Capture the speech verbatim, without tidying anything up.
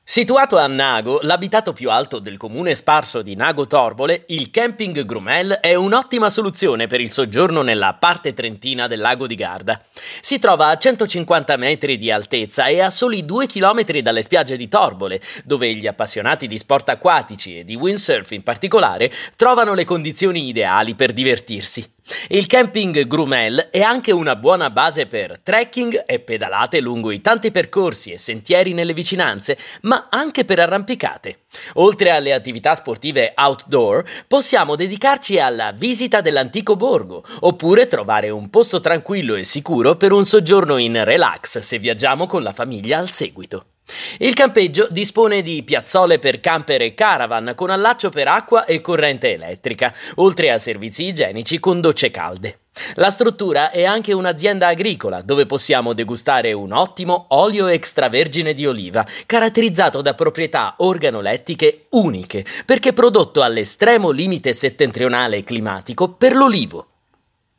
Situato a Nago, l'abitato più alto del comune sparso di Nago Torbole, il camping Grumel è un'ottima soluzione per il soggiorno nella parte trentina del lago di Garda. Si trova a centocinquanta metri di altezza e a soli due chilometri dalle spiagge di Torbole, dove gli appassionati di sport acquatici e di windsurf in particolare trovano le condizioni ideali per divertirsi. Il camping Grumel è anche una buona base per trekking e pedalate lungo i tanti percorsi e sentieri nelle vicinanze, ma anche per arrampicate. Oltre alle attività sportive outdoor, possiamo dedicarci alla visita dell'antico borgo, oppure trovare un posto tranquillo e sicuro per un soggiorno in relax se viaggiamo con la famiglia al seguito. Il campeggio dispone di piazzole per camper e caravan con allaccio per acqua e corrente elettrica, oltre a servizi igienici con docce calde. La struttura è anche un'azienda agricola dove possiamo degustare un ottimo olio extravergine di oliva, caratterizzato da proprietà organolettiche uniche, perché prodotto all'estremo limite settentrionale climatico per l'olivo.